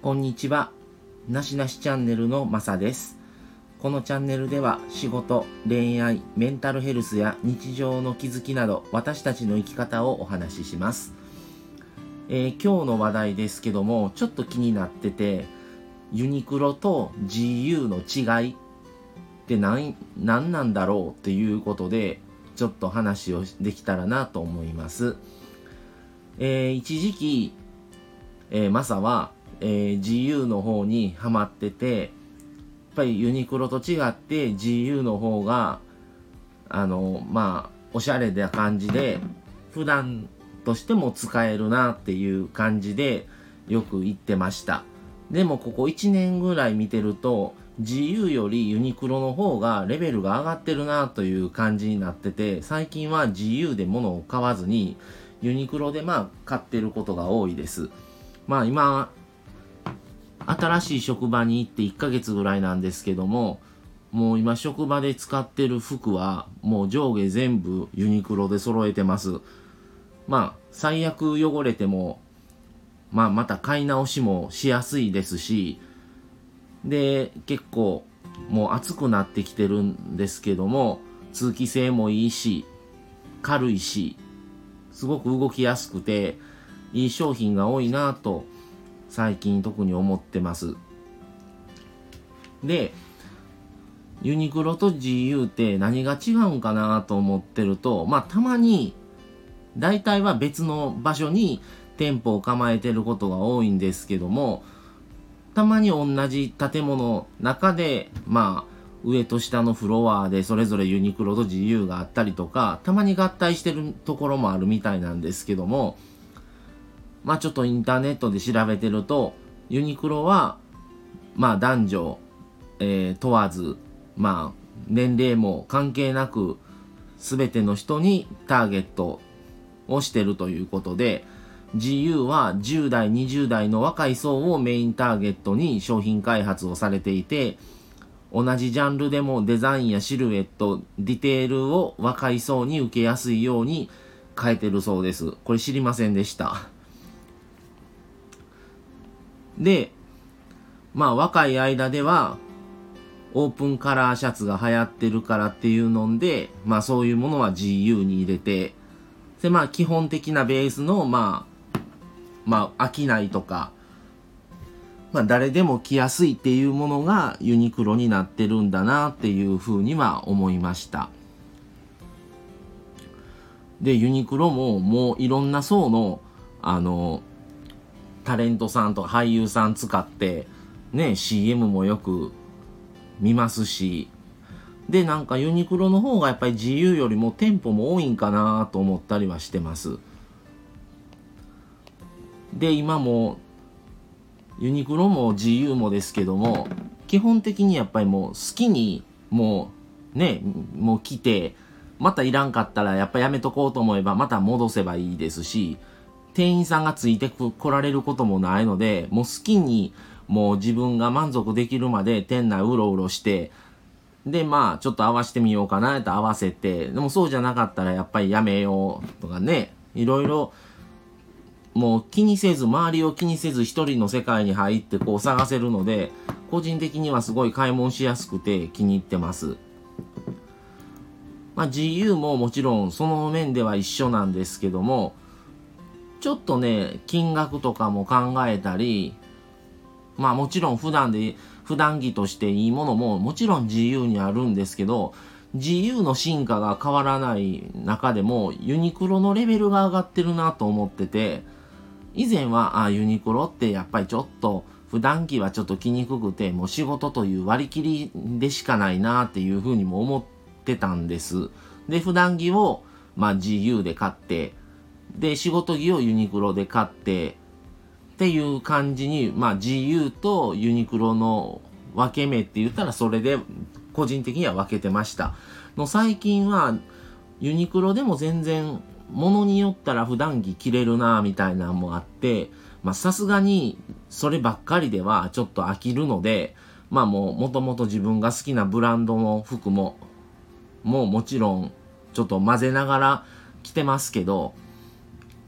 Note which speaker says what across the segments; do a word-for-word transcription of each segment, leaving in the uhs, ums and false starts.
Speaker 1: こんにちは。なしなしチャンネルのまさです。このチャンネルでは仕事、恋愛、メンタルヘルスや日常の気づきなど私たちの生き方をお話しします。えー、今日の話題ですけども、ちょっと気になってて、ユニクロと ジーユー の違いって何、何なんだろうっていうことで、ちょっと話をできたらなと思います。えー、一時期、えー、マサはえー、ジーユー の方にハマってて、やっぱりユニクロと違って ジーユー の方があのまあおしゃれな感じで普段としても使えるなっていう感じでよく言ってました。でもここいちねんぐらい見てると ジーユー よりユニクロの方がレベルが上がってるなという感じになってて、最近は ジーユー で物を買わずにユニクロでまあ買ってることが多いです。まあ今新しい職場に行っていっかげつぐらいなんですけども、もう今職場で使ってる服はもう上下全部ユニクロで揃えてます。まあ最悪汚れても、まあまた買い直しもしやすいですし、で結構もう暑くなってきてるんですけども、通気性もいいし軽いし、すごく動きやすくていい商品が多いなと最近特に思ってます。で、ユニクロと ジーユー って何が違うんかなと思ってると、まあたまに大体は別の場所に店舗を構えてることが多いんですけども、たまに同じ建物の中でまあ上と下のフロアでそれぞれユニクロと ジーユー があったりとか、たまに合体してるところもあるみたいなんですけども、まあちょっとインターネットで調べてると、ユニクロはまあ男女、えー、問わず、まあ年齢も関係なく全ての人にターゲットをしてるということで、 ジーユー はじゅう代にじゅう代の若い層をメインターゲットに商品開発をされていて、同じジャンルでもデザインやシルエット、ディテールを若い層に受けやすいように変えてるそうです。これ知りませんでした。で、まあ若い間ではオープンカラーシャツが流行ってるからっていうので、まあそういうものは ジーユー に入れて、でまあ基本的なベースのまあまあ飽きないとか、まあ誰でも着やすいっていうものがユニクロになってるんだなっていうふうには思いました。でユニクロももういろんな層のあのタレントさんとか俳優さん使ってね シーエム もよく見ますし、でなんかユニクロの方がやっぱり ジーユー よりも店舗も多いんかなと思ったりはしてます。で今もユニクロも ジーユー もですけども、基本的にやっぱりもう好きにもうねもう着て、またいらんかったらやっぱやめとこうと思えばまた戻せばいいですし、店員さんがついてこられることもないので、もう好きにもう自分が満足できるまで店内うろうろして、でまあちょっと合わせてみようかなと合わせて、でもそうじゃなかったらやっぱりやめようとかね、いろいろもう気にせず、周りを気にせず一人の世界に入ってこう探せるので、個人的にはすごい買い物しやすくて気に入ってます。まあ ジーユー ももちろんその面では一緒なんですけども、ちょっとね金額とかも考えたり、まあもちろん普段で普段着としていいものももちろん ジーユー にあるんですけど、 ジーユー の進化が変わらない中でもユニクロのレベルが上がってるなと思ってて、以前はあユニクロってやっぱりちょっと普段着はちょっと着にくくて、もう仕事という割り切りでしかないなっていうふうにも思ってたんです。で普段着をまあ ジーユー で買って、で仕事着をユニクロで買ってっていう感じに、まあ ジーユー とユニクロの分け目って言ったらそれで個人的には分けてました。の最近はユニクロでも全然物によったら普段着着れるなみたいなのもあって、まあさすがにそればっかりではちょっと飽きるので、まあもうもともと自分が好きなブランドの服ももうもちろんちょっと混ぜながら着てますけど、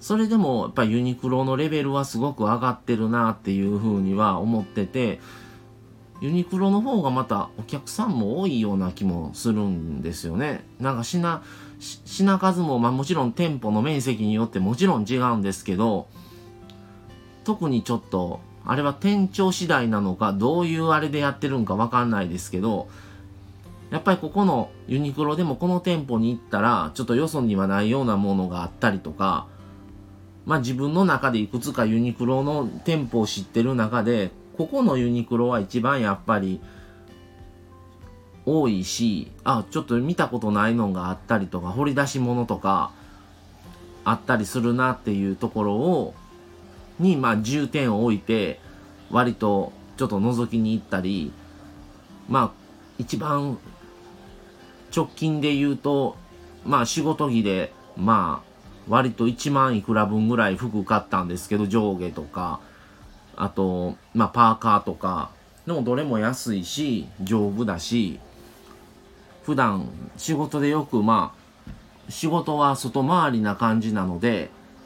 Speaker 1: それでもやっぱりユニクロのレベルはすごく上がってるなっていうふうには思ってて、ユニクロの方がまたお客さんも多いような気もするんですよね。なんか品、品数もまあもちろん店舗の面積によってもちろん違うんですけど、特にちょっとあれは店長次第なのかどういうあれでやってるんかわかんないですけど、やっぱりここのユニクロでもこの店舗に行ったらちょっとよそにはないようなものがあったりとか、まあ自分の中でいくつかユニクロの店舗を知ってる中で、ここのユニクロは一番やっぱり多いし、あ、ちょっと見たことないのがあったりとか、掘り出し物とかあったりするなっていうところを、にまあ重点を置いて、割とちょっと覗きに行ったり、まあ一番直近で言うと、まあ仕事着で、まあ割といちまんいくら分ぐらい服買ったんですけど、上下とか、あと、まあパーカーとか、でもどれも安いし、丈夫だし、普段仕事でよく、まあ、仕事は外回りな感じなので、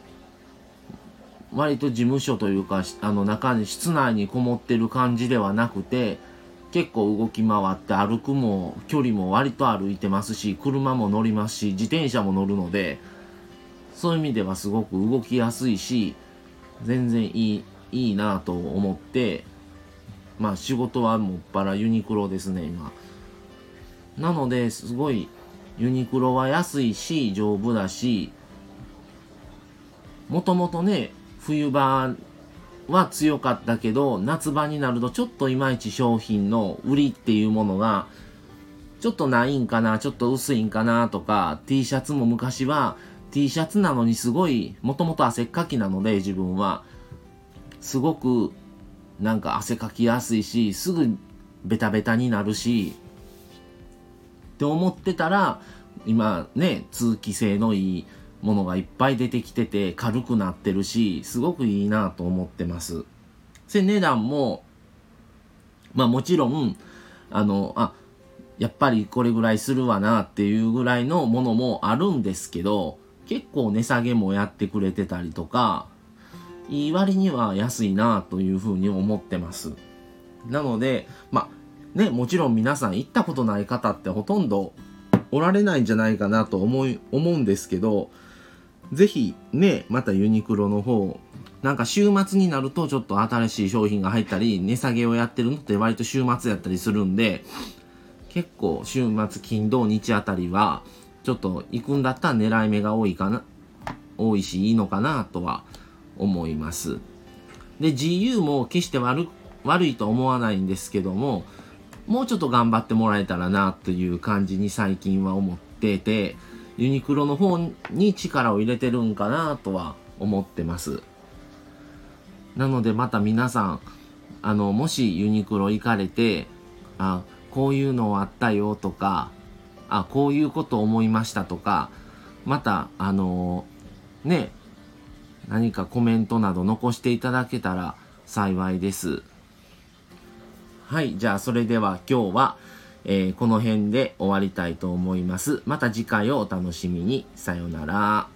Speaker 1: 割と事務所というか、あの中に、室内にこもってる感じではなくて、結構動き回って歩くも、距離も割と歩いてますし、車も乗りますし、自転車も乗るので、そういう意味ではすごく動きやすいし、全然いい、いいなと思って、まあ仕事はもっぱらユニクロですね、今。なので、すごい、ユニクロは安いし、丈夫だし、もともとね、冬場は強かったけど、夏場になるとちょっといまいち商品の売りっていうものが、ちょっとないんかな、ちょっと薄いんかなとか、T シャツも昔は、T シャツなのにすごい、もともと汗っかきなので自分は、すごくなんか汗かきやすいし、すぐベタベタになるし、って思ってたら、今ね、通気性のいいものがいっぱい出てきてて、軽くなってるし、すごくいいなと思ってます。で、値段も、まあもちろん、あの、あ、やっぱりこれぐらいするわなっていうぐらいのものもあるんですけど、結構値下げもやってくれてたりとか、いい割には安いなというふうに思ってます。なので、まあね、もちろん皆さん行ったことない方ってほとんどおられないんじゃないかなと思い、思うんですけど、ぜひね、またユニクロの方、なんか週末になるとちょっと新しい商品が入ったり、値下げをやってるのって割と週末やったりするんで、結構週末金土日あたりはちょっと行くんだったら狙い目が多いかな多いしいいのかなとは思います。で ジーユー も決して悪悪いと思わないんですけども、もうちょっと頑張ってもらえたらなという感じに最近は思ってて、ユニクロの方に力を入れてるんかなとは思ってます。なのでまた皆さん、あのもしユニクロ行かれて、あこういうのあったよとか、あ、こういうこと思いましたとか、また、あのー、ね、何かコメントなど残していただけたら幸いです。はい、じゃあそれでは今日は、えー、この辺で終わりたいと思います。また次回をお楽しみに。さようなら。